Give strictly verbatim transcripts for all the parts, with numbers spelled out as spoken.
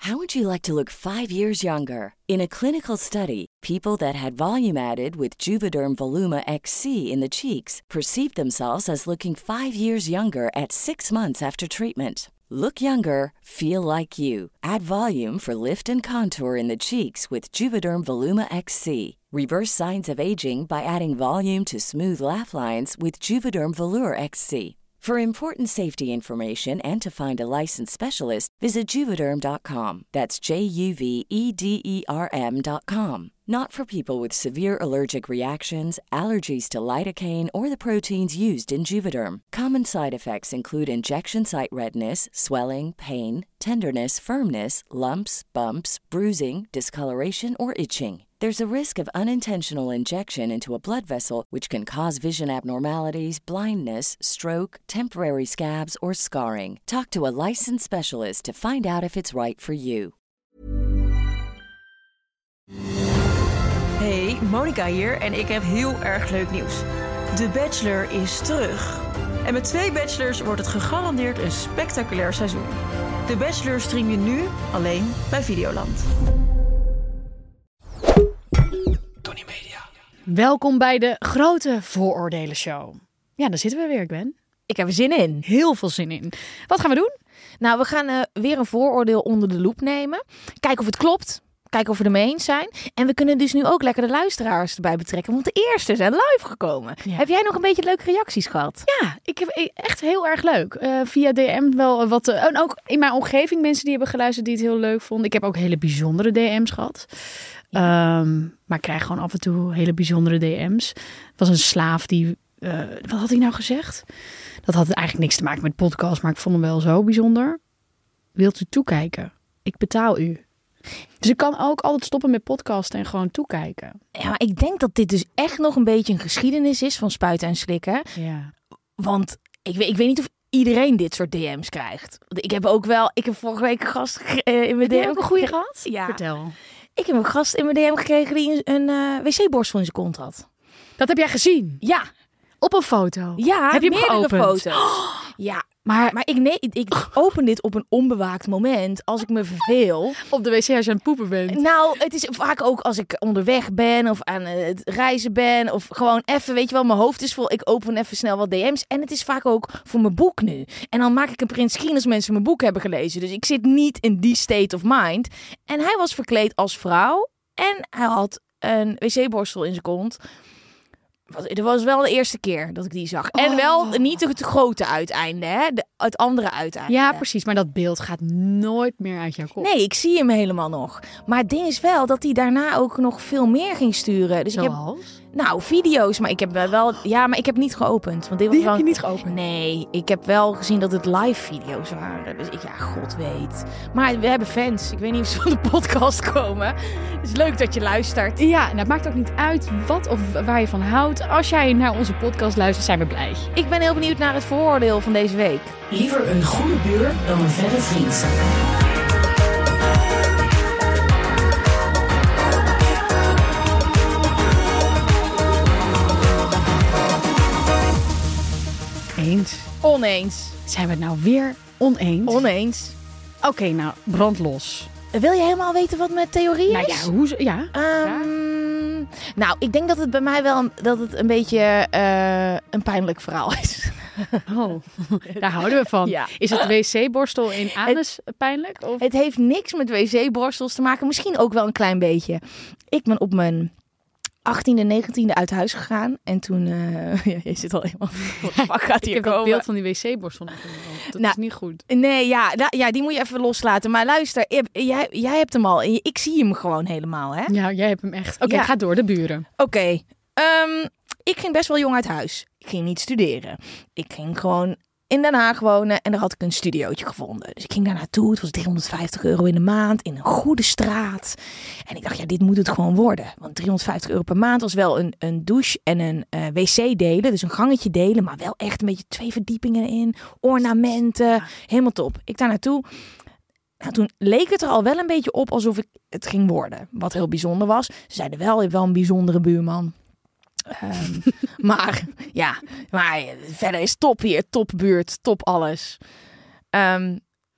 How would you like to look five years younger? In a clinical study, people that had volume added with Juvederm Voluma X C in the cheeks perceived themselves as looking five years younger at six months after treatment. Look younger, feel like you. Add volume for lift and contour in the cheeks with Juvederm Voluma X C. Reverse signs of aging by adding volume to smooth laugh lines with Juvederm Volure X C. For important safety information and to find a licensed specialist, visit Juvederm dot com. That's J U V E D E R M dot com. Not for people with severe allergic reactions, allergies to lidocaine, or the proteins used in Juvederm. Common side effects include injection site redness, swelling, pain, tenderness, firmness, lumps, bumps, bruising, discoloration, or itching. There's a risk of unintentional injection into a blood vessel, which can cause vision abnormalities, blindness, stroke, temporary scabs, or scarring. Talk to a licensed specialist to find out if it's right for you. Hey, Monica hier en ik heb heel erg leuk nieuws. The Bachelor is terug. En met twee bachelors wordt het gegarandeerd een spectaculair seizoen. The Bachelor stream je nu alleen bij Videoland. Tony Media. Welkom bij de grote vooroordelen-show. Ja, daar zitten we weer, Gwen. Ik heb er zin in. Heel veel zin in. Wat gaan we doen? Nou, we gaan uh, weer een vooroordeel onder de loep nemen. Kijken of het klopt. Kijken of we ermee eens zijn. En we kunnen dus nu ook lekker de luisteraars erbij betrekken. Want de eerste zijn live gekomen. Ja. Heb jij nog een beetje leuke reacties gehad? Ja, ik heb echt heel erg leuk. Uh, via D M wel wat... Uh, en ook in mijn omgeving mensen die hebben geluisterd die het heel leuk vonden. Ik heb ook hele bijzondere D M's gehad. Ja. Um, maar ik krijg gewoon af en toe hele bijzondere D M's. Het was een slaaf die... Uh, wat had hij nou gezegd? Dat had eigenlijk niks te maken met podcast, maar ik vond hem wel zo bijzonder. Wilt u toekijken? Ik betaal u. Dus ik kan ook altijd stoppen met podcasten en gewoon toekijken. Ja, maar ik denk dat dit dus echt nog een beetje een geschiedenis is van spuiten en slikken. Ja. Want ik weet, ik weet niet of iedereen dit soort D M's krijgt. Want ik heb ook wel... Ik heb vorige week een gast uh, in mijn D M... Heb je ook een goede gehad? Ja. Vertel. Ik heb een gast in mijn D M gekregen die een, een uh, wc-borstel in zijn kont had. Dat heb jij gezien? Ja. Op een foto? Ja, heb je hem meerdere geopend? foto's. Oh. Ja, maar, maar ik, nee, ik open dit op een onbewaakt moment als ik me verveel. Op de wc als je aan het poepen bent? Nou, het is vaak ook als ik onderweg ben of aan het reizen ben. Of gewoon even, weet je wel, mijn hoofd is vol. Ik open even snel wat D M's. En het is vaak ook voor mijn boek nu. En dan maak ik een print screen als mensen mijn boek hebben gelezen. Dus ik zit niet in die state of mind. En hij was verkleed als vrouw. En hij had een wc-borstel in zijn kont. Het was wel de eerste keer dat ik die zag. Oh. En wel niet het grote uiteinde, hè? De, het andere uiteinde. Ja, precies. Maar dat beeld gaat nooit meer uit jouw kop. Nee, ik zie hem helemaal nog. Maar het ding is wel dat hij daarna ook nog veel meer ging sturen. Dus Zoals? Ik heb, nou, video's. Maar ik heb wel... Ja, maar ik heb niet geopend. Want dit was die wel, heb je niet geopend? Nee, ik heb wel gezien dat het live video's waren. Dus ik, ja, god weet. Maar we hebben fans. Ik weet niet of ze van de podcast komen. Het is leuk dat je luistert. Ja, en het maakt ook niet uit wat of waar je van houdt. Als jij naar onze podcast luistert, zijn we blij. Ik ben heel benieuwd naar het vooroordeel van deze week. Liever een goede buur dan een verre vriend. Eens. Oneens. Zijn we het nou weer oneens? Oneens. Oké, okay, nou, brand los. Wil je helemaal weten wat mijn theorie is? Nou ja, hoe... Ja. Um, nou, ik denk dat het bij mij wel dat het een beetje uh, een pijnlijk verhaal is. Oh, daar houden we van. Ja. Is het wc-borstel in anus het, pijnlijk? Of? Het heeft niks met wc-borstels te maken. Misschien ook wel een klein beetje. Ik ben op mijn achttiende, negentiende uit huis gegaan. En toen... Uh, ja, je zit al helemaal... Wat gaat hier ik heb komen? het beeld van die wc-borstel nog. Dat nou, is niet goed. Nee, ja, da, ja, die moet je even loslaten. Maar luister, jij, jij hebt hem al. En ik zie hem gewoon helemaal, hè? Ja, jij hebt hem echt. Oké, okay, ja. Ga door, de buren. Oké. Okay. Um, ik ging best wel jong uit huis. Ik ging niet studeren. Ik ging gewoon in Den Haag wonen en daar had ik een studiootje gevonden. Dus ik ging daar naartoe. Het was driehonderdvijftig euro in de maand in een goede straat. En ik dacht, ja, dit moet het gewoon worden. Want driehonderdvijftig euro per maand was wel een, een douche en een uh, wc delen. Dus een gangetje delen, maar wel echt een beetje twee verdiepingen in. Ornamenten, helemaal top. Ik daar naartoe. Nou, toen leek het er al wel een beetje op alsof ik het ging worden. Wat heel bijzonder was. Ze zeiden wel, je hebt wel een bijzondere buurman. Um, maar ja, maar verder is top hier, top buurt, top alles. Um,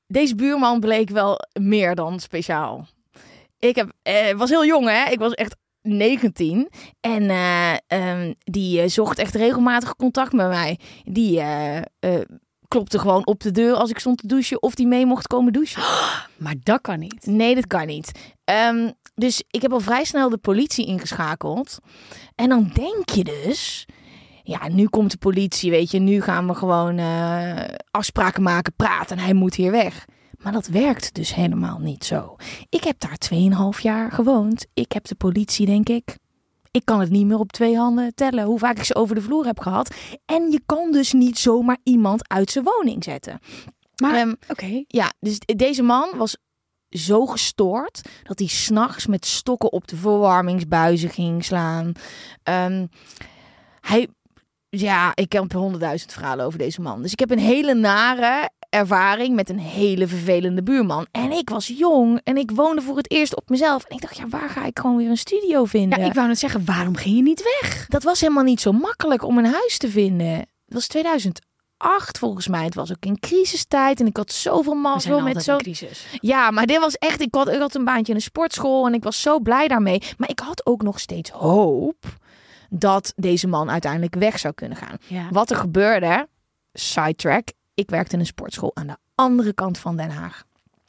deze buurman bleek wel meer dan speciaal. Ik heb, eh, was heel jong, hè? Ik was echt negentien. En uh, um, die uh, zocht echt regelmatig contact met mij. Die uh, uh, klopte gewoon op de deur als ik stond te douchen of die mee mocht komen douchen. Maar dat kan niet. Nee, dat kan niet. Um, dus ik heb al vrij snel de politie ingeschakeld. En dan denk je dus... Ja, nu komt de politie, weet je. Nu gaan we gewoon uh, afspraken maken, praten en hij moet hier weg. Maar dat werkt dus helemaal niet zo. Ik heb daar tweeënhalf jaar gewoond. Ik heb de politie, denk ik... Ik kan het niet meer op twee handen tellen hoe vaak ik ze over de vloer heb gehad. En je kan dus niet zomaar iemand uit zijn woning zetten. Maar, um, oké. Okay. Ja, dus deze man was zo gestoord dat hij 's nachts met stokken op de verwarmingsbuizen ging slaan. Um, hij... Ja, ik heb honderdduizend verhalen over deze man. Dus ik heb een hele nare ervaring met een hele vervelende buurman. En ik was jong en ik woonde voor het eerst op mezelf. En ik dacht, ja, waar ga ik gewoon weer een studio vinden? Ja, ik wou net zeggen, waarom ging je niet weg? Dat was helemaal niet zo makkelijk om een huis te vinden. Het was tweeduizend acht volgens mij. Het was ook in crisistijd en ik had zoveel mazzel met zo'n crisis. Ja, maar dit was echt. Ik had, ik had een baantje in een sportschool en ik was zo blij daarmee. Maar ik had ook nog steeds hoop dat deze man uiteindelijk weg zou kunnen gaan. Ja. Wat er gebeurde, sidetrack, ik werkte in een sportschool aan de andere kant van Den Haag.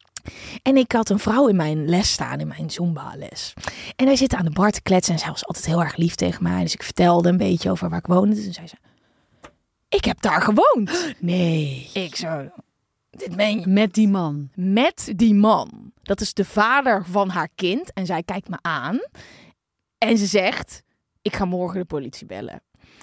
En ik had een vrouw in mijn les staan, in mijn Zumba-les. En wij zitten aan de bar te kletsen en zij was altijd heel erg lief tegen mij. Dus ik vertelde een beetje over waar ik woonde. En toen zei ze, ik heb daar gewoond. Nee. Ik zo, dit meen je. Met die man. Met die man. Dat is de vader van haar kind. En zij kijkt me aan. En ze zegt, ik ga morgen de politie bellen.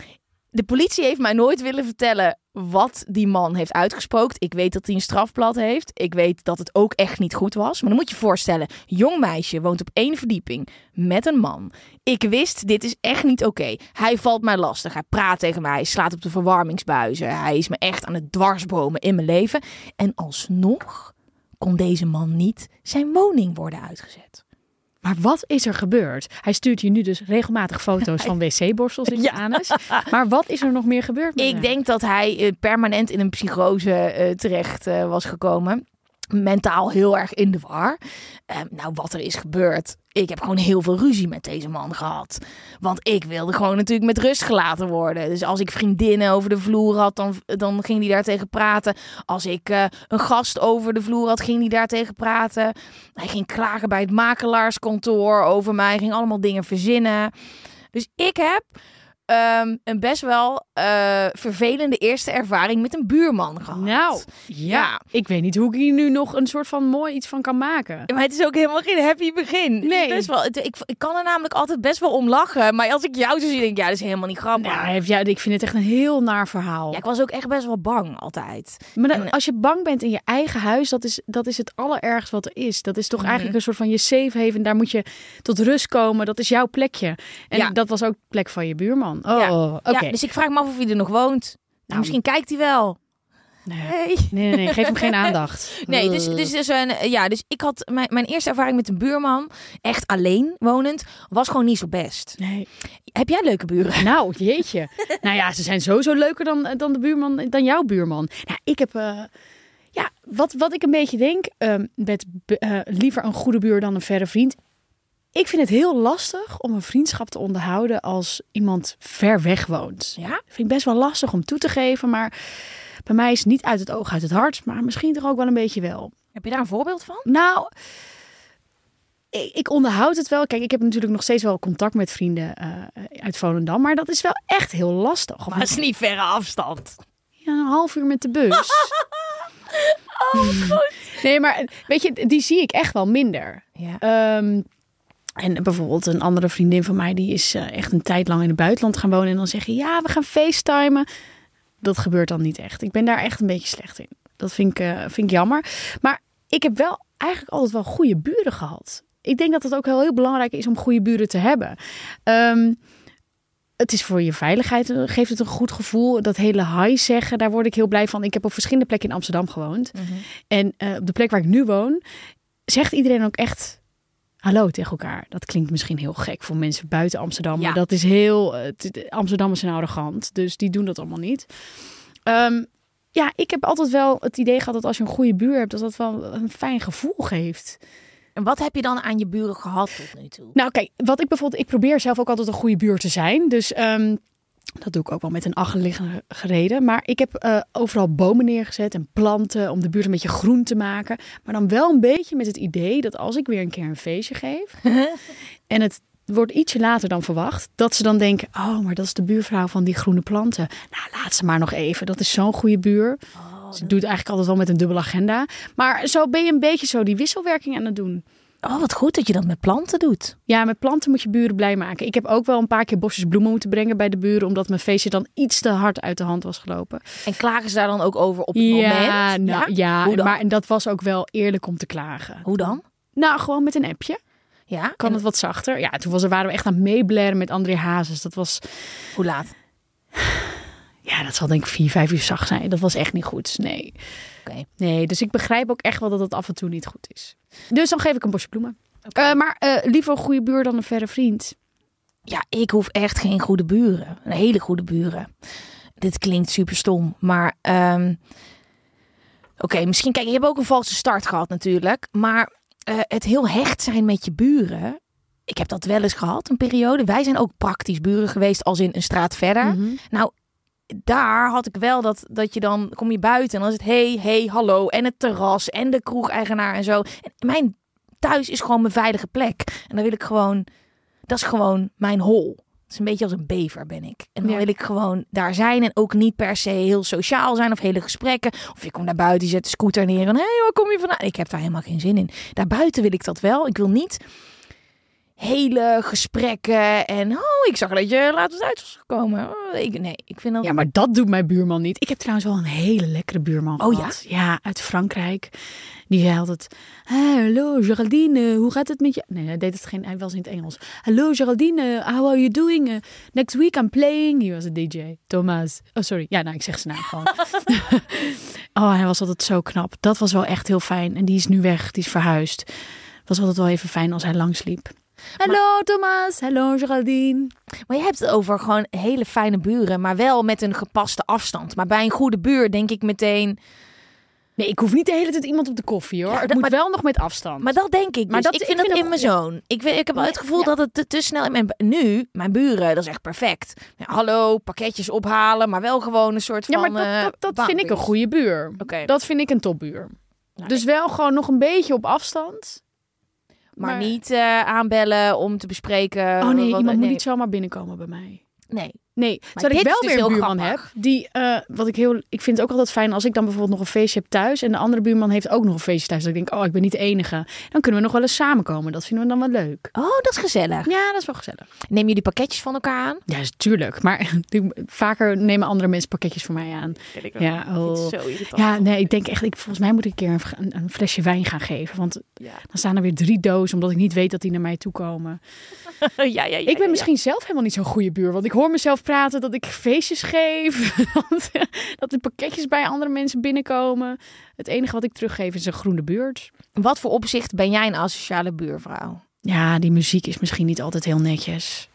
De politie heeft mij nooit willen vertellen wat die man heeft uitgesproken. Ik weet dat hij een strafblad heeft. Ik weet dat het ook echt niet goed was. Maar dan moet je je voorstellen, jong meisje woont op één verdieping met een man. Ik wist, dit is echt niet oké. Okay. Hij valt mij lastig. Hij praat tegen mij. Hij slaat op de verwarmingsbuizen. Hij is me echt aan het dwarsbomen in mijn leven. En alsnog kon deze man niet zijn woning worden uitgezet. Maar wat is er gebeurd? Hij stuurt je nu dus regelmatig foto's van wc-borstels in je ja. anus. Maar wat is er nog meer gebeurd met Ik hem? denk dat hij uh, permanent in een psychose uh, terecht uh, was gekomen. Mentaal heel erg in de war. Uh, nou, wat er is gebeurd. Ik heb gewoon heel veel ruzie met deze man gehad. Want ik wilde gewoon natuurlijk met rust gelaten worden. Dus als ik vriendinnen over de vloer had, dan, dan ging die daar tegen praten. Als ik uh, een gast over de vloer had, ging die daar tegen praten. Hij ging klagen bij het makelaarskantoor over mij. Hij ging allemaal dingen verzinnen. Dus ik heb um, een best wel uh, vervelende eerste ervaring met een buurman gehad. Nou, ja. ja. Ik weet niet hoe ik hier nu nog een soort van mooi iets van kan maken. Maar het is ook helemaal geen happy begin. Nee. Het is best wel, het, ik, ik kan er namelijk altijd best wel om lachen. Maar als ik jou zo zie, denk ik, ja, dat is helemaal niet grappig. Nou, ja, ik vind het echt een heel naar verhaal. Ja, ik was ook echt best wel bang altijd. Maar dan, als je bang bent in je eigen huis, dat is, dat is het allerergst wat er is. Dat is toch mm-hmm. eigenlijk een soort van je safe haven. Daar moet je tot rust komen. Dat is jouw plekje. En ja. dat was ook plek van je buurman. Oh, ja. oké. Okay. Ja, dus ik vraag me af of hij er nog woont. Nou, misschien kijkt hij wel. Nee. Nee. nee, nee, nee, geef hem geen aandacht. Nee, dus, dus, dus, een, ja, dus ik had mijn, mijn eerste ervaring met een buurman, echt alleen wonend, was gewoon niet zo best. Nee. Heb jij leuke buren? Nou, jeetje. Nou ja, ze zijn sowieso leuker dan, dan de buurman, dan jouw buurman. Nou, ik heb, uh, ja, wat, wat ik een beetje denk, uh, met uh, liever een goede buur dan een verre vriend. Ik vind het heel lastig om een vriendschap te onderhouden als iemand ver weg woont. Ja, vind ik best wel lastig om toe te geven, maar bij mij is het niet uit het oog, uit het hart, maar misschien toch ook wel een beetje wel. Heb je daar een voorbeeld van? Nou, ik, ik onderhoud het wel. Kijk, ik heb natuurlijk nog steeds wel contact met vrienden uh, uit Volendam, maar dat is wel echt heel lastig. Maar het is niet verre afstand. Ja, een half uur met de bus. Oh, goed. Nee, maar weet je, die zie ik echt wel minder. Ja. Um, En bijvoorbeeld een andere vriendin van mij, die is uh, echt een tijd lang in het buitenland gaan wonen. En dan zeggen, ja, we gaan facetimen. Dat gebeurt dan niet echt. Ik ben daar echt een beetje slecht in. Dat vind ik, uh, vind ik jammer. Maar ik heb wel eigenlijk altijd wel goede buren gehad. Ik denk dat het ook heel, heel belangrijk is om goede buren te hebben. Um, het is voor je veiligheid, geeft het een goed gevoel. Dat hele hi zeggen, daar word ik heel blij van. Ik heb op verschillende plekken in Amsterdam gewoond. Mm-hmm. En uh, op de plek waar ik nu woon, zegt iedereen ook echt hallo tegen elkaar. Dat klinkt misschien heel gek voor mensen buiten Amsterdam. Ja. Maar dat is heel... Amsterdammers zijn arrogant. Dus die doen dat allemaal niet. Um, ja, ik heb altijd wel het idee gehad dat als je een goede buur hebt, dat dat wel een fijn gevoel geeft. En wat heb je dan aan je buren gehad tot nu toe? Nou kijk, wat ik bijvoorbeeld, ik probeer zelf ook altijd een goede buur te zijn. Dus um, dat doe ik ook wel met een achterliggende reden. Maar ik heb uh, overal bomen neergezet en planten om de buurt een beetje groen te maken. Maar dan wel een beetje met het idee dat als ik weer een keer een feestje geef en het wordt ietsje later dan verwacht, dat ze dan denken, oh, maar dat is de buurvrouw van die groene planten. Nou, laat ze maar nog even. Dat is zo'n goede buur. Oh, ze doet eigenlijk altijd wel met een dubbele agenda. Maar zo ben je een beetje zo die wisselwerking aan het doen. Oh, wat goed dat je dat met planten doet. Ja, met planten moet je buren blij maken. Ik heb ook wel een paar keer bosjes bloemen moeten brengen bij de buren, omdat mijn feestje dan iets te hard uit de hand was gelopen. En klagen ze daar dan ook over op het ja, moment? Nou, ja, ja maar en dat was ook wel eerlijk om te klagen. Hoe dan? Nou, gewoon met een appje. Ja, kan en... het wat zachter. Ja, toen was er, waren we echt aan het meeblaren met André Hazes. Dat was... Hoe laat? Ja, dat zal denk ik vier, vijf uur 's nachts zijn. Dat was echt niet goed. Nee. Okay. Nee, dus ik begrijp ook echt wel dat het af en toe niet goed is. Dus dan geef ik een bosje bloemen. Okay. Uh, maar uh, liever een goede buur dan een verre vriend. Ja, ik hoef echt geen goede buren. Een hele goede buren. Dit klinkt super stom, maar... Um... Oké, okay, misschien... Kijk, je hebt ook een valse start gehad natuurlijk. Maar uh, het heel hecht zijn met je buren... Ik heb dat wel eens gehad, een periode. Wij zijn ook praktisch buren geweest als in een straat verder. Mm-hmm. Nou... Daar had ik wel dat, dat je dan kom je buiten en dan is het hey, hey, hallo. En het terras en de kroegeigenaar en zo. En mijn thuis is gewoon mijn veilige plek. En dan wil ik gewoon, dat is gewoon mijn hol. Het is een beetje als een bever ben ik. En dan ja. wil ik gewoon daar zijn en ook niet per se heel sociaal zijn of hele gesprekken. Of je komt naar buiten, je zet de scooter neer en hé, hey, waar kom je vandaan? Ik heb daar helemaal geen zin in. Daarbuiten wil ik dat wel. Ik wil niet... hele gesprekken en oh, ik zag dat je laatst uit was gekomen. Oh, ik, nee, ik vind dat... Ja, maar dat doet mijn buurman niet. Ik heb trouwens wel een hele lekkere buurman oh, gehad. Ja? Ja, uit Frankrijk. Die zei altijd, hallo Geraldine, hoe gaat het met je? Nee, hij deed het geen, hij was in het Engels. Hallo Geraldine, how are you doing? Uh, next week I'm playing. He was a D J. Thomas. Oh, sorry. Ja, nou, ik zeg zijn naam gewoon. Oh, hij was altijd zo knap. Dat was wel echt heel fijn. En die is nu weg. Die is verhuisd. Het was altijd wel even fijn als hij langsliep. Hallo maar, Thomas, hallo Geraldine. Maar je hebt het over gewoon hele fijne buren, maar wel met een gepaste afstand. Maar bij een goede buur denk ik meteen... Nee, ik hoef niet de hele tijd iemand op de koffie hoor. Ja, het dat, moet maar, wel nog met afstand. Maar dat denk ik dus. Maar dat, ik vind ik dat in mijn zoon. Ik, ik heb ja, het gevoel ja. dat het te, te snel... Mijn, nu, mijn buren, dat is echt perfect. Ja, hallo, pakketjes ophalen, maar wel gewoon een soort van... Ja, maar dat, dat, dat vind ik een goede buur. Okay. Dat vind ik een topbuur. Nou, dus wel gewoon nog een beetje op afstand... Maar, maar niet uh, aanbellen om te bespreken. Oh nee, wat, iemand nee. moet niet zomaar binnenkomen bij mij. Nee. Nee, zodat ik wel dus weer een buurman grappig. heb. Die, uh, wat ik heel, ik vind het ook altijd fijn als ik dan bijvoorbeeld nog een feestje heb thuis. En de andere buurman heeft ook nog een feestje thuis. Dat ik denk, oh, ik ben niet de enige. Dan kunnen we nog wel eens samenkomen. Dat vinden we dan wel leuk. Oh, dat is gezellig. Ja, dat is wel gezellig. Neem je die pakketjes van elkaar aan? Ja, tuurlijk. Maar vaker nemen andere mensen pakketjes voor mij aan. Ik ja, oh. zo ja, nee, ik denk echt, ik, volgens mij moet ik een keer een, een flesje wijn gaan geven. Want ja. dan staan er weer drie dozen, omdat ik niet weet dat die naar mij toe komen. ja, ja, ja, ik ben ja, misschien ja. zelf helemaal niet zo'n goede buur. Want ik hoor mezelf praten dat ik feestjes geef. Dat er pakketjes bij andere mensen binnenkomen. Het enige wat ik teruggeef is een groene buurt. In wat voor opzicht ben jij een asociale buurvrouw? Ja, die muziek is misschien niet altijd heel netjes.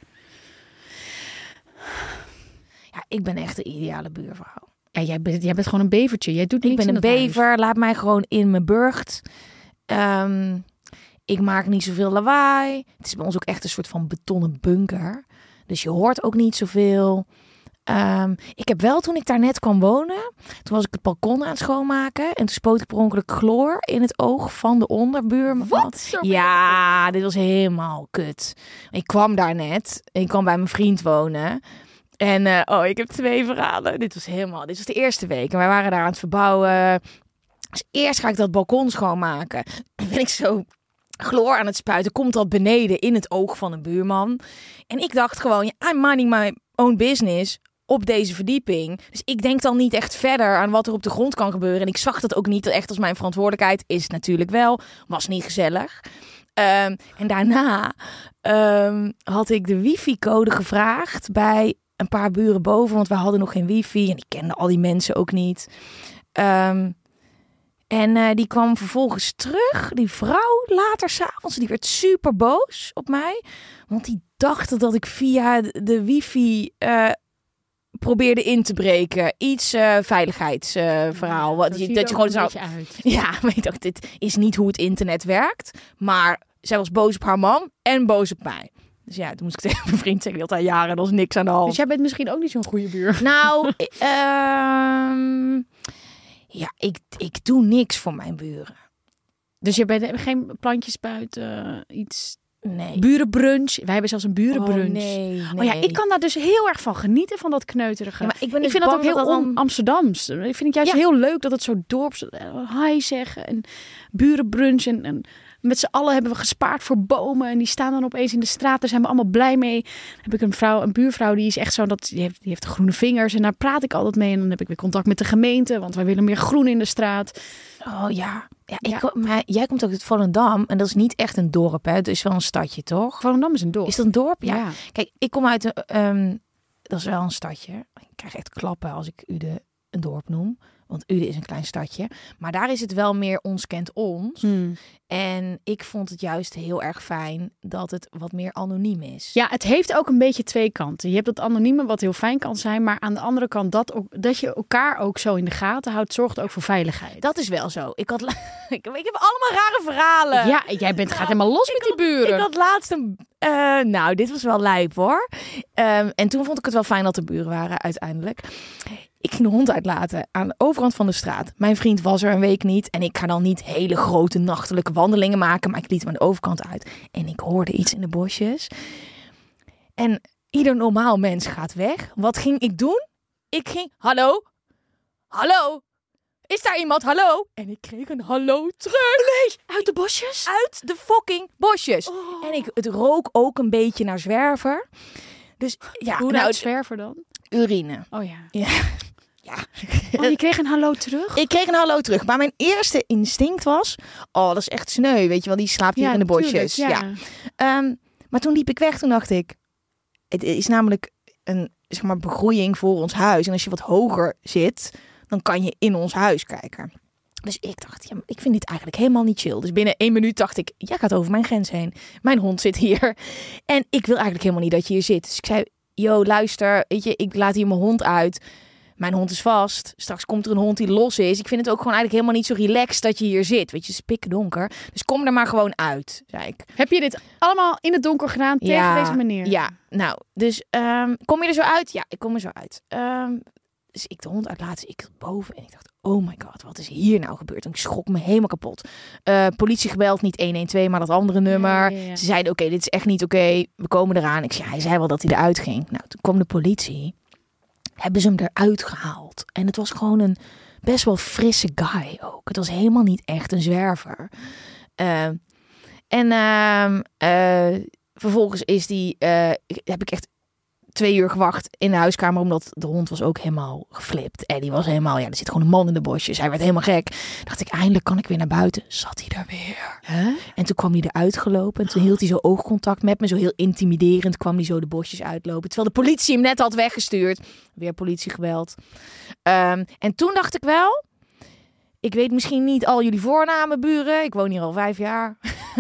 Ja, ik ben echt de ideale buurvrouw. Ja, jij bent, jij bent gewoon een bevertje. Jij doet niks. Ik ben een bever. Huis. Laat mij gewoon in mijn burcht. Um, ik maak niet zoveel lawaai. Het is bij ons ook echt een soort van betonnen bunker. Dus je hoort ook niet zoveel. Um, ik heb wel, toen ik daar net kwam wonen, toen was ik het balkon aan het schoonmaken en toen spoot ik per ongeluk chloor in het oog van de onderbuurman. Wat? Ja, dit was helemaal kut. Ik kwam daar net, ik kwam bij mijn vriend wonen en uh, oh, ik heb twee verhalen. Dit was helemaal, dit was de eerste week en wij waren daar aan het verbouwen. Dus eerst ga ik dat balkon schoonmaken. Dan ben ik zo chloor aan het spuiten, komt dat beneden in het oog van een buurman. En ik dacht gewoon, ja, I'm minding my own business op deze verdieping. Dus ik denk dan niet echt verder aan wat er op de grond kan gebeuren. En ik zag dat ook niet echt als mijn verantwoordelijkheid. Is het natuurlijk wel. Was niet gezellig. Um, en daarna um, had ik de wifi-code gevraagd bij een paar buren boven. Want we hadden nog geen wifi. En ik kende al die mensen ook niet. Um, en uh, die kwam vervolgens terug. Die vrouw later 's avonds. Die werd super boos op mij. Want die dacht dat ik via de wifi... Uh, probeerde in te breken. Iets uh, veiligheidsverhaal. Uh, wat je, dat je gewoon zou. Ja, weet ook, dit is niet hoe het internet werkt. Maar zij was boos op haar man en boos op mij. Dus ja, toen moest ik tegen mijn vriend zeggen, die had al jaren, er was niks aan de hand. Dus jij bent misschien ook niet zo'n goede buur. Nou, uh, ja, ik, ik doe niks voor mijn buren. Dus je bent geen plantjes buiten, iets... Nee. Burenbrunch. Wij hebben zelfs een burenbrunch. Oh, nee, nee. Oh ja, ik kan daar dus heel erg van genieten, van dat kneuterige. Ja, maar ik, ben dus ik vind dat ook heel dat dan... on- Amsterdams. Ik vind het juist ja. heel leuk dat het zo dorps... Hi zeggen en burenbrunch. En, en met z'n allen hebben we gespaard voor bomen. En die staan dan opeens in de straat. Daar zijn we allemaal blij mee. Dan heb ik een vrouw, een buurvrouw, die is echt zo... Dat, die, heeft, die heeft groene vingers. En daar praat ik altijd mee. En dan heb ik weer contact met de gemeente. Want wij willen meer groen in de straat. Oh ja... Ja, ik, ja. maar jij komt ook uit Volendam en dat is niet echt een dorp, hè? Het is wel een stadje, toch? Volendam is een dorp. Is dat een dorp? Ja. ja. Kijk, ik kom uit een, um, dat is wel een stadje. Ik krijg echt klappen als ik Uden een dorp noem, want Uden is een klein stadje. Maar daar is het wel meer ons kent ons. Hmm. En ik vond het juist heel erg fijn dat het wat meer anoniem is. Ja, het heeft ook een beetje twee kanten. Je hebt dat anonieme wat heel fijn kan zijn, maar aan de andere kant dat, ook, dat je elkaar ook zo in de gaten houdt, zorgt ook voor veiligheid. Dat is wel zo. Ik, had, ik, ik heb allemaal rare verhalen. Ja, jij bent, gaat helemaal los met die buren. Ik had laatst een... Uh, nou, dit was wel lijp hoor. Um, en toen vond ik het wel fijn dat er buren waren uiteindelijk. Ik ging de hond uitlaten aan de overkant van de straat. Mijn vriend was er een week niet. En ik ga dan niet hele grote nachtelijke wandelingen maken. Maar ik liet hem aan de overkant uit. En ik hoorde iets in de bosjes. En ieder normaal mens gaat weg. Wat ging ik doen? Ik ging, hallo? Hallo? Is daar iemand? Hallo? En ik kreeg een hallo terug. Nee, uit de bosjes? Uit de fucking bosjes. Oh. En ik, het rook ook een beetje naar zwerver. Dus ja, hoe nou, nou, zwerver dan? Urine. Oh ja. Ja. Ja. Oh, je kreeg een hallo terug? Ik kreeg een hallo terug. Maar mijn eerste instinct was... Oh, dat is echt sneu. Weet je wel, die slaapt hier ja, in de bosjes. Tuurlijk, ja. Ja. Um, maar toen liep ik weg. Toen dacht ik... Het is namelijk een zeg maar, begroeiing voor ons huis. En als je wat hoger zit... dan kan je in ons huis kijken. Dus ik dacht, ja, ik vind dit eigenlijk helemaal niet chill. Dus binnen één minuut dacht ik... Jij gaat over mijn grens heen. Mijn hond zit hier. En ik wil eigenlijk helemaal niet dat je hier zit. Dus ik zei... Yo, luister. Weet je, ik laat hier mijn hond uit... Mijn hond is vast. Straks komt er een hond die los is. Ik vind het ook gewoon eigenlijk helemaal niet zo relaxed dat je hier zit. Weet je, het is pikken donker. Dus kom er maar gewoon uit, zei ik. Heb je dit allemaal in het donker gedaan tegen ja, deze meneer? Ja, nou, dus um, kom je er zo uit? Ja, ik kom er zo uit. Um, dus ik de hond uitlaat, ik boven en ik dacht, oh my god, wat is hier nou gebeurd? En ik schrok me helemaal kapot. Uh, politie gebeld, niet een een twee, maar dat andere nummer. Ja, ja, ja. Ze zeiden, oké, okay, dit is echt niet oké. Okay. We komen eraan. Ik zei, hij zei wel dat hij eruit ging. Nou, toen kwam de politie. Hebben ze hem eruit gehaald. En het was gewoon een best wel frisse guy ook. Het was helemaal niet echt een zwerver. Uh, en uh, uh, vervolgens is die, uh, heb ik echt twee uur gewacht in de huiskamer. Omdat de hond was ook helemaal geflipt. En die was helemaal, ja, er zit gewoon een man in de bosjes. Hij werd helemaal gek. Dacht ik, eindelijk kan ik weer naar buiten. Zat hij daar weer. Huh? En toen kwam hij eruit gelopen. En toen hield hij zo oogcontact met me. Zo heel intimiderend kwam hij zo de bosjes uitlopen. Terwijl de politie hem net had weggestuurd. Weer politie gebeld. Um, en toen dacht ik wel... Ik weet misschien niet al jullie voornamen, buren. Ik woon hier al vijf jaar.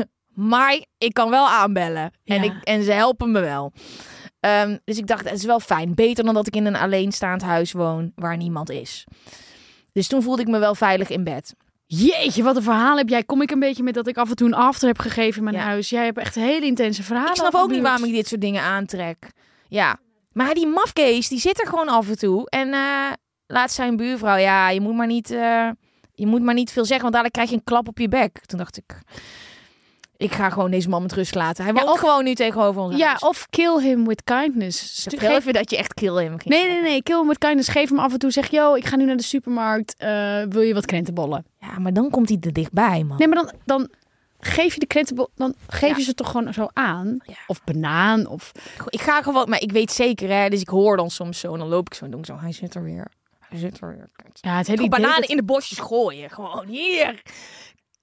Maar ik kan wel aanbellen. Ja. En, ik, en ze helpen me wel. Um, dus ik dacht, het is wel fijn. Beter dan dat ik in een alleenstaand huis woon waar niemand is. Dus toen voelde ik me wel veilig in bed. Jeetje, wat een verhaal heb jij. Kom ik een beetje met dat ik af en toe een after heb gegeven in mijn ja. huis. Jij hebt echt hele intense verhalen. Ik snap ook niet waarom ik dit soort dingen aantrek. Ja, maar die mafkees, die zit er gewoon af en toe. En uh, laatst zijn buurvrouw, ja, je moet maar niet, uh, je moet maar niet veel zeggen, want dadelijk krijg je een klap op je bek. Toen dacht ik... Ik ga gewoon deze man met rust laten. Hij ja, woont of, gewoon nu tegenover ons Ja, huis. Of kill him with kindness. Stel Geef... even dat je echt kill him ging. Nee, nee, nee. Kill him with kindness. Geef hem af en toe. Zeg, yo, ik ga nu naar de supermarkt. Uh, wil je wat krentenbollen? Ja, maar dan komt hij er dichtbij, man. Nee, maar dan, dan geef je de krentenbollen... Dan geef ja. je ze toch gewoon zo aan. Ja. Of banaan, of... Ik ga gewoon... Maar ik weet zeker, hè. Dus ik hoor dan soms zo. En dan loop ik zo en doe ik zo. Hij zit er weer. Hij zit er weer. Ja, het hele bananen dat... in de bosjes gooien. Gewoon hier.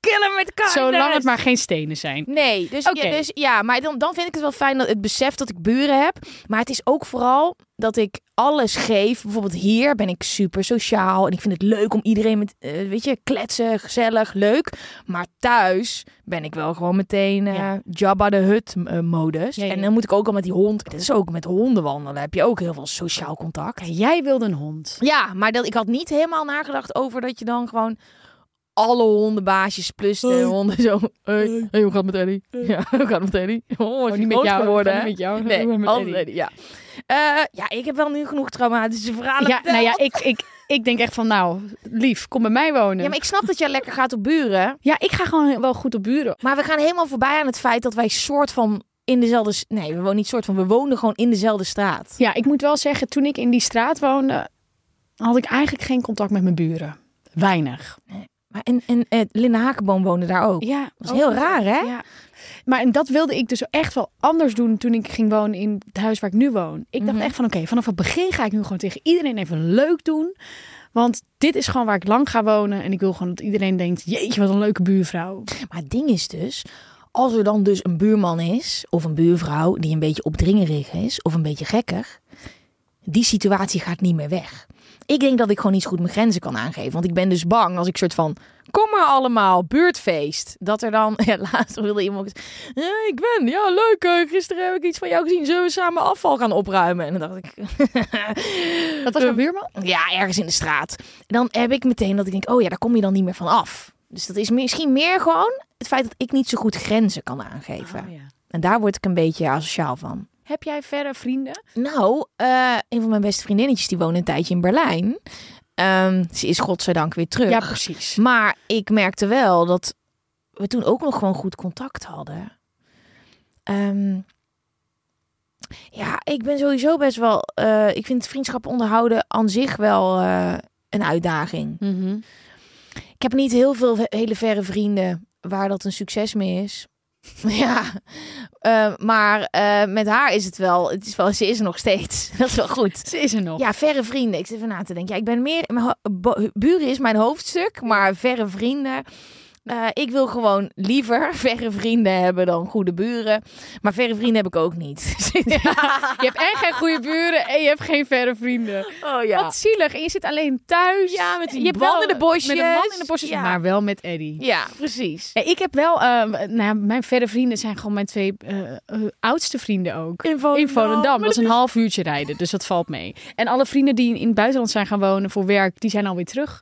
killen met kindness. Zolang het maar geen stenen zijn. Nee, dus, Oké. ja, dus ja, maar dan, dan vind ik het wel fijn dat het besef dat ik buren heb. Maar het is ook vooral dat ik alles geef. Bijvoorbeeld hier ben ik super sociaal. En ik vind het leuk om iedereen met, uh, weet je, kletsen, gezellig, leuk. Maar thuis ben ik wel gewoon meteen uh, Ja. Jabba de Hutt uh, modus. Ja, ja. En dan moet ik ook al met die hond. Het is ook met honden wandelen. Heb je ook heel veel sociaal contact. Ja, jij wilde een hond. Ja, maar dat, ik had niet helemaal nagedacht over dat je dan gewoon alle hondenbaasjes plus de honden zo. Hey, hey, hoe gaat het met Eddie? Ja, hoe gaat het met Eddie? Oh, is niet met groot jou, geworden, niet hè? met jou. Nee, Met altijd Eddie. Eddie, ja. Uh, ja, ik heb wel nu genoeg traumatische verhalen Ja, verteld. nou ja, ik, ik, ik denk echt van, nou, lief, kom bij mij wonen. Ja, maar ik snap dat jij lekker gaat op buren. Ja, ik ga gewoon wel goed op buren. Maar we gaan helemaal voorbij aan het feit dat wij soort van in dezelfde... s- Nee, we wonen niet soort van... We woonden gewoon in dezelfde straat. Ja, ik moet wel zeggen, toen ik in die straat woonde, had ik eigenlijk geen contact met mijn buren. Weinig. Maar en, en uh, Linda Hakenboom woonde daar ook. Ja, Dat is heel raar, hè? Ja. Maar en dat wilde ik dus echt wel anders doen toen ik ging wonen in het huis waar ik nu woon. Ik dacht Mhm. echt van oké, vanaf het begin ga ik nu gewoon tegen iedereen even leuk doen. Want dit is gewoon waar ik lang ga wonen. En ik wil gewoon dat iedereen denkt, jeetje, wat een leuke buurvrouw. Maar het ding is dus, als er dan dus een buurman is of een buurvrouw die een beetje opdringerig is of een beetje gekker, die situatie gaat niet meer weg. Ik denk dat ik gewoon niet zo goed mijn grenzen kan aangeven. Want ik ben dus bang als ik soort van, kom maar allemaal, buurtfeest. Dat er dan, ja, laatst wilde iemand, ja, ik ben, ja, leuk. uh, Gisteren heb ik iets van jou gezien. Zullen we samen afval gaan opruimen? En dan dacht ik, Dat was jouw buurman? ja, ergens in de straat. En dan heb ik meteen dat ik denk, oh ja, daar kom je dan niet meer van af. Dus dat is misschien meer gewoon het feit dat ik niet zo goed grenzen kan aangeven. Oh, ja. En daar word ik een beetje asociaal van. Heb jij verre vrienden? Nou, uh, een van mijn beste vriendinnetjes die woont een tijdje in Berlijn. Um, ze is godzijdank weer terug. Ja, precies. Maar ik merkte wel dat we toen ook nog gewoon goed contact hadden. Um, ja, ik ben sowieso best wel... Uh, ik vind vriendschap onderhouden aan zich wel uh, een uitdaging. Mm-hmm. Ik heb niet heel veel hele verre vrienden waar dat een succes mee is. Ja, uh, maar uh, met haar is het wel, het is wel, ze is er nog steeds. Dat is wel goed. Ze is er nog. Ja, verre vrienden. Ik zit even na te denken. Ja, ik ben meer, mijn ho- buren is mijn hoofdstuk, maar verre vrienden. Uh, ik wil gewoon liever verre vrienden hebben dan goede buren. Maar verre vrienden heb ik ook niet. Je hebt en geen goede buren en je hebt geen verre vrienden. Oh ja. Wat zielig. En je zit alleen thuis. Ja, met die je hebt man wel- in de bosjes. Met een man in de bosjes, Ja. maar wel met Eddie. Ja, precies. Ja, ik heb wel, uh, nou ja, mijn verre vrienden zijn gewoon mijn twee uh, uh, oudste vrienden ook. In Volendam. In Volendam. Dat is een half uurtje rijden, dus dat valt mee. En alle vrienden die in, in het buitenland zijn gaan wonen voor werk, die zijn alweer terug.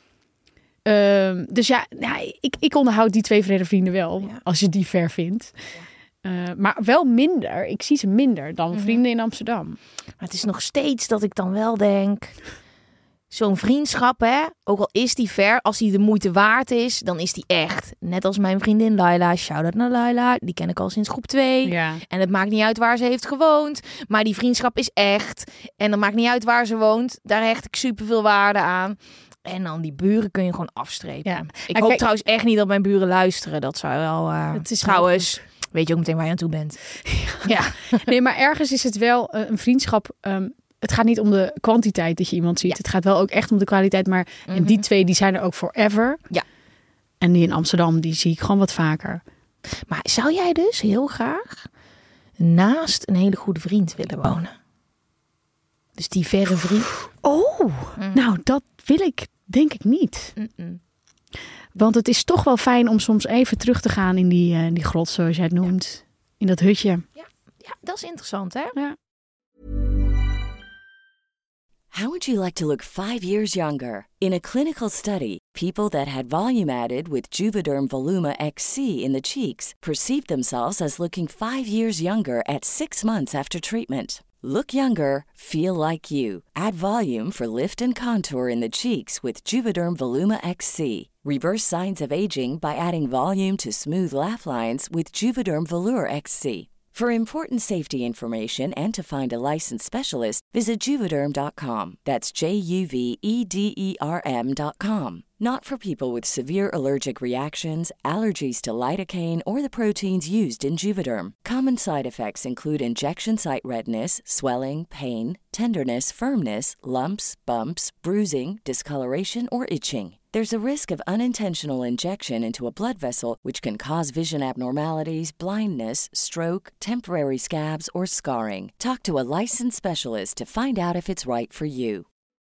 Uh, dus ja, ja ik, ik onderhoud die twee verre vrienden wel, Ja. als je die ver vindt. Uh, maar wel minder. Ik zie ze minder dan Mhm. vrienden in Amsterdam. Maar het is nog steeds dat ik dan wel denk, zo'n vriendschap, hè, ook al is die ver, als die de moeite waard is, dan is die echt. Net als mijn vriendin Laila, shout-out naar Laila, die ken ik al sinds groep twee. Ja. En het maakt niet uit waar ze heeft gewoond, maar die vriendschap is echt. En dan maakt niet uit waar ze woont, daar hecht ik superveel waarde aan. En dan die buren kun je gewoon afstrepen. Ja. Ik Maar hoop kijk- trouwens echt niet dat mijn buren luisteren. Dat zou wel... Uh, Het is trouwens, weet je ook meteen waar je aan toe bent. Ja. Nee, maar ergens is het wel uh, een vriendschap. Um, het gaat niet om de kwantiteit dat je iemand ziet. Ja. Het gaat wel ook echt om de kwaliteit. Maar en die twee die zijn er ook forever. Ja. En die in Amsterdam, die zie ik gewoon wat vaker. Maar zou jij dus heel graag naast een hele goede vriend willen wonen? Dus die verre vriend? Oh, Mm. nou dat wil ik denk ik niet. Mm-mm. Want het is toch wel fijn om soms even terug te gaan in die, uh, die grot, zoals jij het noemt. In dat hutje. Ja, dat is interessant, hè? How would you like to look five years younger? In a clinical study, people that had volume added with Juvederm Voluma X C in the cheeks perceived themselves as looking five years younger at six months after treatment. Look younger, feel like you. Add volume for lift and contour in the cheeks with Juvederm Voluma X C. Reverse signs of aging by adding volume to smooth laugh lines with Juvederm Volure X C. For important safety information and to find a licensed specialist, visit Juvederm dot com. That's J U V E D E R M dot com. Not for people with severe allergic reactions, allergies to lidocaine, or the proteins used in Juvederm. Common side effects include injection site redness, swelling, pain, tenderness, firmness, lumps, bumps, bruising, discoloration, or itching. There's a risk of unintentional injection into a blood vessel, which can cause vision abnormalities, blindness, stroke, temporary scabs, or scarring. Talk to a licensed specialist to find out if it's right for you.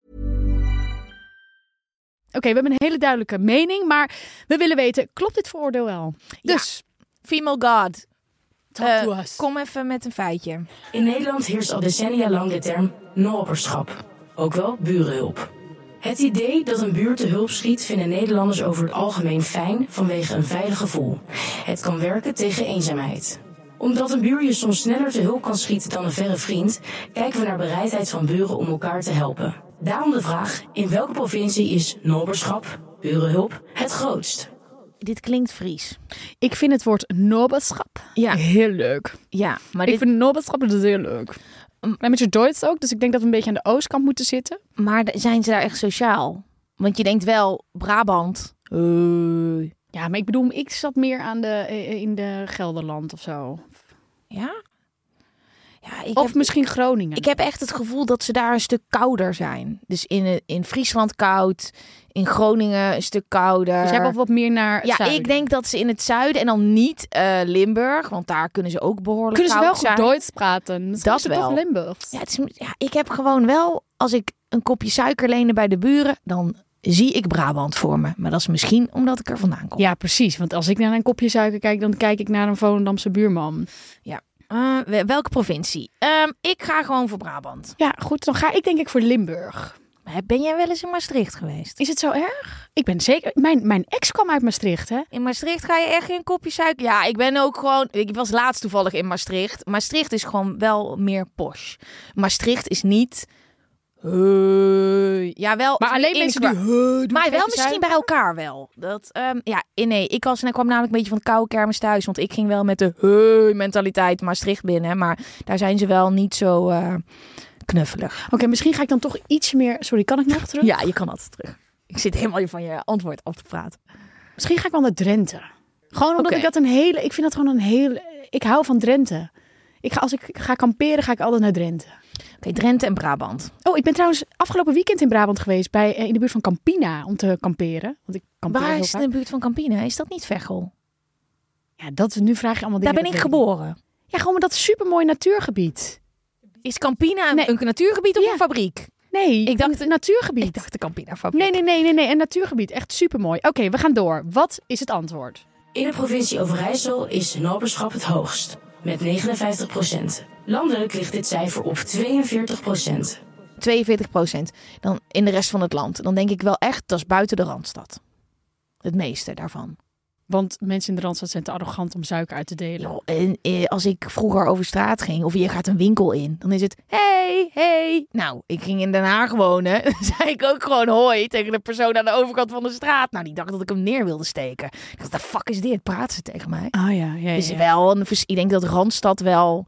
Oké, okay, we hebben een hele duidelijke mening, maar we willen weten, klopt dit vooroordeel wel? Dus, ja. Female God. Talk to Uh, us. kom even met een feitje. In Nederland heerst al decennia lang de term noberschap, ook wel burenhulp. Het idee dat een buur te hulp schiet vinden Nederlanders over het algemeen fijn vanwege een veilig gevoel. Het kan werken tegen eenzaamheid. Omdat een buur je soms sneller te hulp kan schieten dan een verre vriend, kijken we naar bereidheid van buren om elkaar te helpen. Daarom de vraag, in welke provincie is noberschap, burenhulp, het grootst? Dit klinkt Fries. Ik vind het woord noberschap Ja. heel leuk. Ja, maar, Ik dit, vind noberschap dus heel leuk. Een beetje Duits ook, dus ik denk dat we een beetje aan de oostkant moeten zitten. maar zijn ze daar echt sociaal? Want je denkt wel, Brabant. Uh, Ja, maar ik bedoel, ik zat meer aan de, in de Gelderland of zo. ja? Ja, ik Of heb, misschien Groningen. ik heb echt het gevoel dat ze daar een stuk kouder zijn. Dus in, in Friesland koud, in Groningen een stuk kouder. Dus jij hebt wat meer naar het Ja, zuiden. ik denk dat ze in het zuiden en dan niet uh, Limburg, want daar kunnen ze ook behoorlijk Kunnen ze wel koud goed zijn. Duits praten? Misschien Dat is het wel. toch Limburgs? Ja, het is, ja, ik heb gewoon wel, als ik een kopje suiker lenen bij de buren, dan zie ik Brabant voor me. Maar dat is misschien omdat ik er vandaan kom. Ja, precies. Want als ik naar een kopje suiker kijk, dan kijk ik naar een Volendamse buurman. Uh, welke provincie? Um, ik ga gewoon voor Brabant. Ja, goed. Dan ga ik denk ik voor Limburg. Ben jij wel eens in Maastricht geweest? Is het zo erg? Ik ben zeker... Mijn, mijn ex kwam uit Maastricht, hè? In Maastricht ga je echt geen kopje suiker. Ja, ik ben ook gewoon... Ik was laatst toevallig in Maastricht. Maastricht is gewoon wel meer posh. Maastricht is niet... Hey. Ja, wel... Maar alleen mensen die... in- Hey, doen Maar geen wel misschien suiker. bij elkaar wel. Dat, um, ja, nee, ik was en ik kwam namelijk een beetje van de koude kermis thuis. Want ik ging wel met de hey mentaliteit Maastricht binnen. Maar daar zijn ze wel niet zo uh, knuffelig. Oké, misschien ga ik dan toch iets meer... Sorry, kan ik nog terug? Ja, je kan altijd terug. Ik zit helemaal van je antwoord af te praten. Misschien ga ik wel naar Drenthe. Gewoon omdat Oké. ik dat een hele... Ik vind dat gewoon een hele... Ik hou van Drenthe. Ik ga, als ik ga kamperen, ga ik altijd naar Drenthe. Oké, Drenthe en Brabant. Oh, ik ben trouwens afgelopen weekend in Brabant geweest. Bij, in de buurt van Campina om te kamperen. Want ik kampeer Waar heel is het vaak. in de buurt van Campina? Is dat niet Veghel? Ja, dat, nu vraag je allemaal Daar dingen. ben ik dat weet geboren. Ja, gewoon met dat supermooi natuurgebied. Is Campina een, Nee. een natuurgebied of Ja. een fabriek? Nee, Ik dacht- een natuurgebied. Ik dacht de Campina fabriek. Nee, nee, nee, nee, nee, een natuurgebied. Echt supermooi. Oké, we gaan door. Wat is het antwoord? In de provincie Overijssel is noberschap het hoogst, met negenenvijftig procent. Landelijk ligt dit cijfer op tweeënveertig procent. tweeënveertig procent. Dan in de rest van het land. Dan denk ik wel echt, dat is buiten de Randstad. Het meeste daarvan. Want mensen in de Randstad zijn te arrogant om suiker uit te delen. Joh, en eh, als ik vroeger over straat ging, of je gaat een winkel in, dan is het, hey, hey. Nou, ik ging in Den Haag wonen. Dan zei ik ook gewoon hoi tegen de persoon aan de overkant van de straat. Nou, die dacht dat ik hem neer wilde steken. Ik dacht, de fuck is dit? Praten ze tegen mij? Ah ja, ja, ja. Is wel een, vers- ik denk dat Randstad wel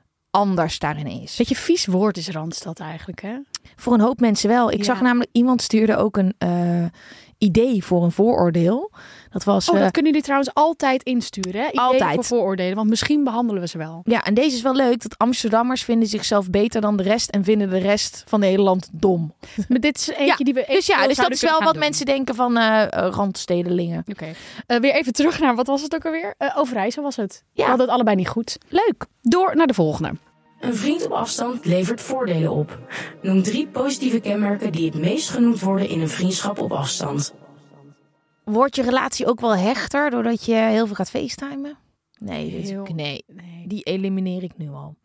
anders daarin is. Beetje vies woord is Randstad eigenlijk, hè? Voor een hoop mensen wel. Ik Ja. zag namelijk, iemand stuurde ook een uh, idee voor een vooroordeel. Dat was... Oh, uh, dat kunnen jullie trouwens altijd insturen, hè? Ideeën Altijd. voor vooroordelen, want misschien behandelen we ze wel. Ja, en deze is wel leuk. Dat Amsterdammers vinden zichzelf beter dan de rest en vinden de rest van het hele land dom. Maar dit is eentje Ja, die we Dus ja, dus dat is wel wat mensen. mensen denken van uh, uh, randstedelingen. Oké. Uh, weer even terug naar, wat was het ook alweer? Uh, Overijssel was het. Ja. We hadden het allebei niet goed. Leuk. Door naar de volgende. Een vriend op afstand levert voordelen op. Noem drie positieve kenmerken die het meest genoemd worden in een vriendschap op afstand. Wordt je relatie ook wel hechter doordat je heel veel gaat facetimen? Nee, dit is Heel- ook- nee, Nee. die elimineer ik nu al.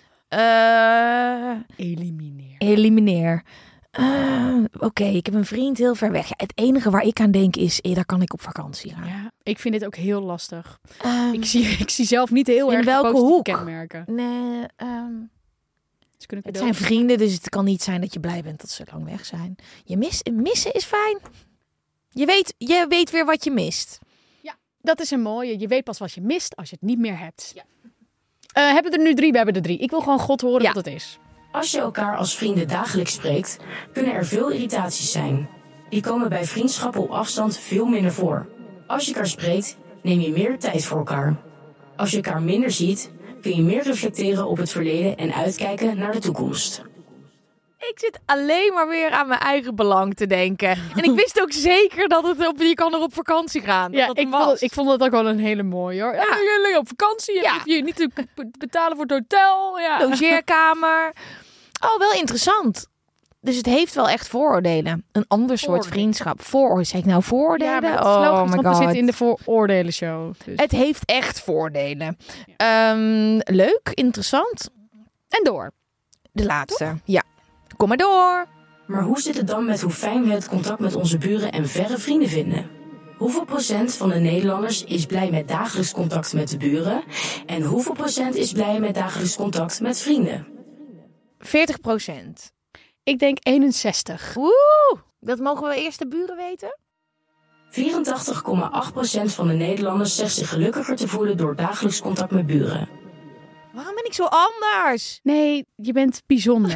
Uh, Elimineer. elimineer. Uh, Oké, okay, ik heb een vriend heel ver weg. Ja, het enige waar ik aan denk is, eh, daar kan ik op vakantie gaan. Ja, ik vind dit ook heel lastig. Um, Ik zie, ik zie zelf niet heel In erg welke positieve hoek? kenmerken. nee, um, Dus kunnen het cadeaus- zijn vrienden, dus het kan niet zijn dat je blij bent dat ze lang weg zijn. Je mis, missen is fijn. Je weet, je weet weer wat je mist. Dat is een mooie. Je weet pas wat je mist als je het niet meer hebt. Ja. Uh, hebben we er nu drie? We hebben er drie. Ik wil gewoon God horen Ja. wat het is. Als je elkaar als vrienden dagelijks spreekt, kunnen er veel irritaties zijn. Die komen bij vriendschappen op afstand veel minder voor. Als je elkaar spreekt, neem je meer tijd voor elkaar. Als je elkaar minder ziet, kun je meer reflecteren op het verleden en uitkijken naar de toekomst. Ik zit alleen maar weer aan mijn eigen belang te denken. En ik wist ook zeker dat het op, je kan er op vakantie gaan. Ja, dat ik vond, het, ik vond dat ook wel een hele mooie hoor. Ja, Ja. jullie op vakantie, je Ja. hoeft je niet te b- betalen voor het hotel. Ja. Logeerkamer. Oh, wel interessant. Dus het heeft wel echt vooroordelen. Een ander soort Vooroordelen. vriendschap. Vooroordelen. Zeg ik nou vooroordelen? Ja, maar het is oh logisch, my want we god. zitten in de vooroordelen show. Dus. Het heeft echt voordelen. Ehm, leuk, interessant. En door. De laatste. Ja. Kom maar door. Maar hoe zit het dan met hoe fijn we het contact met onze buren en verre vrienden vinden? Hoeveel procent van de Nederlanders is blij met dagelijks contact met de buren? En hoeveel procent is blij met dagelijks contact met vrienden? veertig procent. Ik denk eenenzestig. Woe! Dat mogen we eerst de buren weten? vierentachtig komma acht procent van de Nederlanders zegt zich gelukkiger te voelen door dagelijks contact met buren. Waarom ben ik zo anders? Nee, je bent bijzonder.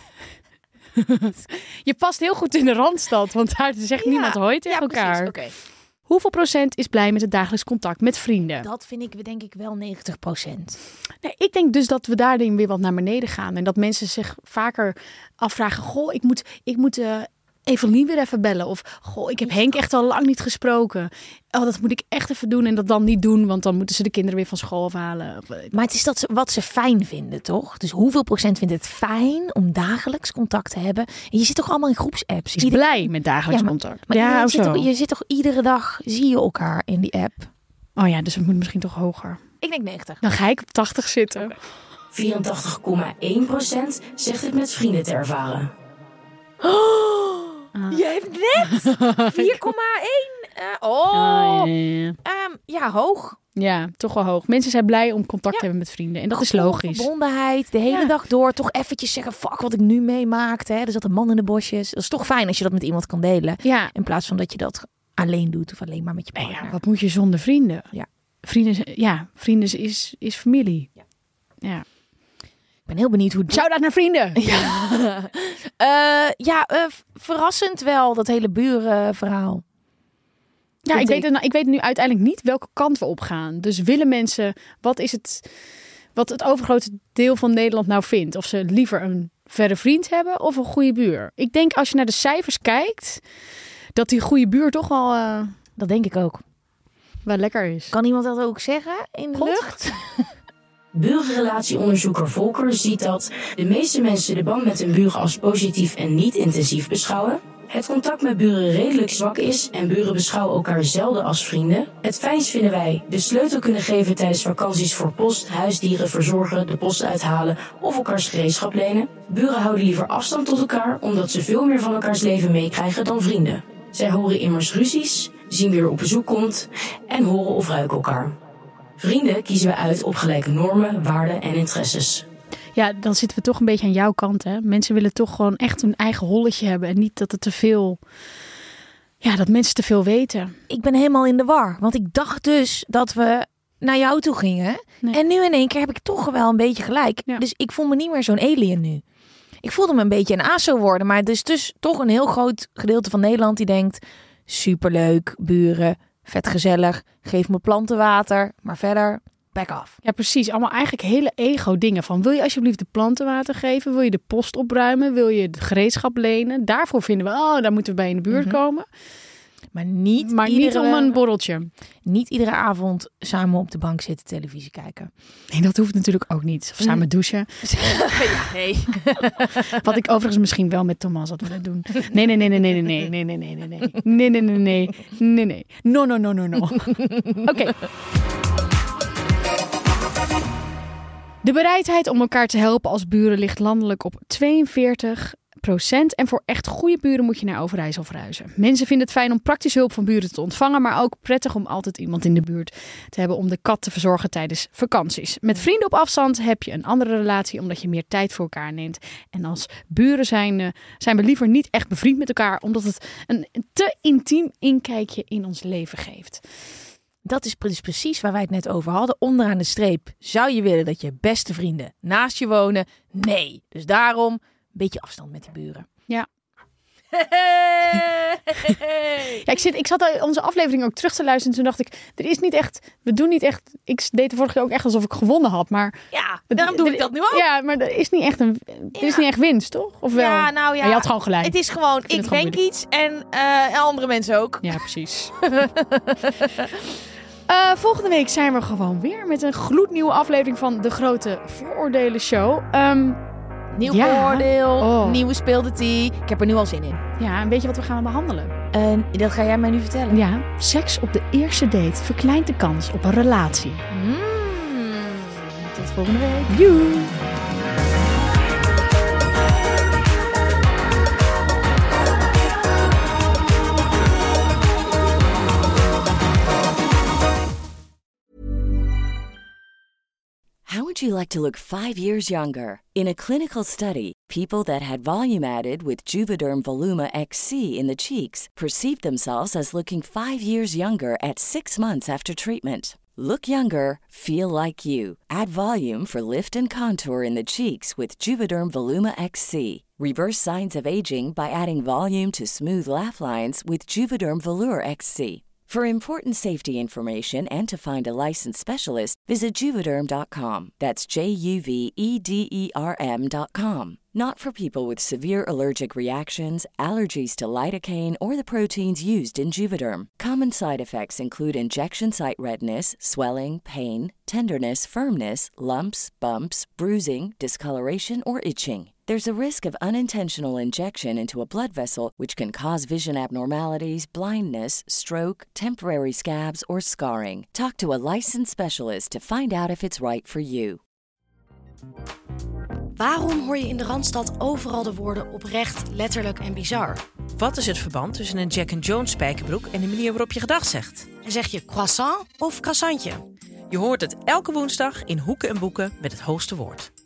Je past heel goed in de Randstad, want daar zegt Ja. niemand hoi tegen Ja, elkaar. precies. Oké. Hoeveel procent is blij met het dagelijks contact met vrienden? Dat vind ik denk ik wel negentig procent. Nee, ik denk dus dat we daarin weer wat naar beneden gaan. En dat mensen zich vaker afvragen... Goh, ik moet, ik moet uh, Evelien weer even bellen. Of, goh, ik heb Henk echt al lang niet gesproken. Oh, dat moet ik echt even doen en dat dan niet doen. Want dan moeten ze de kinderen weer van school afhalen. Maar het is dat ze, wat ze fijn vinden, toch? Dus hoeveel procent vindt het fijn om dagelijks contact te hebben? En je zit toch allemaal in groepsapps? Is Ieder- blij met dagelijks Ja, maar- contact. Maar ja, je, of zit zo. toch, je zit toch iedere dag, zie je elkaar in die app? Oh ja, dus het moet misschien toch hoger. Ik denk negentig. Dan ga ik op tachtig zitten. vierentachtig komma één procent zegt het met vrienden te ervaren. Je hebt net vier komma één. Uh, oh, Ah, ja, ja, ja. Ehm, ja, hoog. Ja, toch wel hoog. Mensen zijn blij om contact Ja. te hebben met vrienden. En dat is Gevoel, logisch. Verbondenheid, de hele Ja. dag door. Toch eventjes zeggen, fuck wat ik nu meemaakte. Hè? Er zat een man in de bosjes. Dat is toch fijn als je dat met iemand kan delen. Ja. In plaats van dat je dat alleen doet of alleen maar met je Nou partner. ja, wat moet je zonder vrienden? Ja. Vrienden, zijn- ja, vrienden is, is familie. Ja. Ja. Ik ben heel benieuwd hoe... Shout-out naar vrienden. Ja, Eh, ja eh, v- verrassend wel, dat hele burenverhaal. Ja, Vind ik weet, ik. het, nou- ik weet nu uiteindelijk niet welke kant we op gaan. Dus willen mensen, wat is het, wat het overgrote deel van Nederland nou vindt? Of ze liever een verre vriend hebben of een goede buur? Ik denk als je naar de cijfers kijkt, dat die goede buur toch wel, eh, Dat denk ik ook. wel lekker is. Kan iemand dat ook zeggen in de God. lucht? Burenrelatieonderzoeker Volker ziet dat de meeste mensen de band met hun buren als positief en niet intensief beschouwen. Het contact met buren redelijk zwak is en buren beschouwen elkaar zelden als vrienden. Het fijnst vinden wij de sleutel kunnen geven tijdens vakanties voor post, huisdieren verzorgen, de post uithalen of elkaars gereedschap lenen. Buren houden liever afstand tot elkaar omdat ze veel meer van elkaars leven meekrijgen dan vrienden. Zij horen immers ruzies, zien wie er op bezoek komt en horen of ruiken elkaar. Vrienden kiezen we uit op gelijke normen, waarden en interesses. Ja, dan zitten we toch een beetje aan jouw kant, hè? Mensen willen toch gewoon echt een eigen holletje hebben en niet dat het te veel, ja, dat mensen te veel weten. Ik ben helemaal in de war. Want ik dacht dus dat we naar jou toe gingen. Nee. En nu in één keer heb ik toch wel een beetje gelijk. Ja. Dus ik voel me niet meer zo'n alien nu. Ik voelde me een beetje een A S O worden. Maar er is dus toch een heel groot gedeelte van Nederland die denkt... Superleuk, buren, vet gezellig. Geef me plantenwater. Maar verder, back off. Ja, precies. Allemaal eigenlijk hele ego-dingen van... wil je alsjeblieft de planten water geven? Wil je de post opruimen? Wil je het gereedschap lenen? Daarvoor vinden we, oh, daar moeten we bij in de buurt Mhm. komen. Maar niet, Maar niet iedere, om een borreltje. niet iedere avond samen op de bank zitten televisie kijken. Nee, dat hoeft natuurlijk ook niet. Of samen douchen. ja, nee. Wat ik overigens misschien wel met Thomas had willen doen. Nee, nee, nee, nee, nee, nee, nee, nee, nee, nee, nee. Nee, nee, nee, nee, nee, nee. No, no, no, no, no. Oké. De bereidheid om elkaar te helpen als buren ligt landelijk op tweeënveertig procent. En voor echt goede buren moet je naar Overijssel verhuizen. Mensen vinden het fijn om praktisch hulp van buren te ontvangen, maar ook prettig om altijd iemand in de buurt te hebben om de kat te verzorgen tijdens vakanties. Met vrienden op afstand heb je een andere relatie omdat je meer tijd voor elkaar neemt. En als buren zijn, uh, zijn we liever niet echt bevriend met elkaar, omdat het een te intiem inkijkje in ons leven geeft. Dat is dus precies waar wij het net over hadden. Onderaan de streep. Zou je willen dat je beste vrienden naast je wonen? Nee. Dus daarom een beetje afstand met de buren. Ja. Ja, ik, zit, ik zat onze aflevering ook terug te luisteren. En toen dacht ik, er is niet echt... We doen niet echt... Ik deed de vorige keer ook echt alsof ik gewonnen had. Maar Ja, daarom doe ik dat nu ook. Ja, maar er is niet echt, een, er is Ja. niet echt winst, toch? Of wel? Ja, nou ja. Maar je had gewoon gelijk. Het is gewoon, vind ik het gewoon denk moeilijk. iets en uh, andere mensen ook. Ja, precies. uh, volgende week zijn we gewoon weer met een gloednieuwe aflevering van De Grote Vooroordelen Show. Um, Nieuw ja. voordeel, Oh. nieuwe speelde tea. Ik heb er nu al zin in. Ja, en weet je wat we gaan behandelen? En dat ga jij mij nu vertellen. Ja, seks op de eerste date verkleint de kans op een relatie. Mm. Tot volgende week. Joe! How would you like to look five years younger? In a clinical study, people that had volume added with Juvederm Voluma X C in the cheeks perceived themselves as looking five years younger at six months after treatment. Look younger, feel like you. Add volume for lift and contour in the cheeks with Juvederm Voluma X C. Reverse signs of aging by adding volume to smooth laugh lines with Juvederm Volure X C. For important safety information and to find a licensed specialist, visit Juvederm dot com. That's J U V E D E R M dot com. Not for people with severe allergic reactions, allergies to lidocaine, or the proteins used in Juvederm. Common side effects include injection site redness, swelling, pain, tenderness, firmness, lumps, bumps, bruising, discoloration, or itching. There's a risk of unintentional injection into a blood vessel, which can cause vision abnormalities, blindness, stroke, temporary scabs, or scarring. Talk to a licensed specialist to find out if it's right for you. Waarom hoor je in de Randstad overal de woorden oprecht, letterlijk en bizar? Wat is het verband tussen een Jack and Jones spijkerbroek en de manier waarop je gedag zegt? En zeg je croissant of croissantje? Je hoort het elke woensdag in Hoeken en Boeken met het hoogste woord.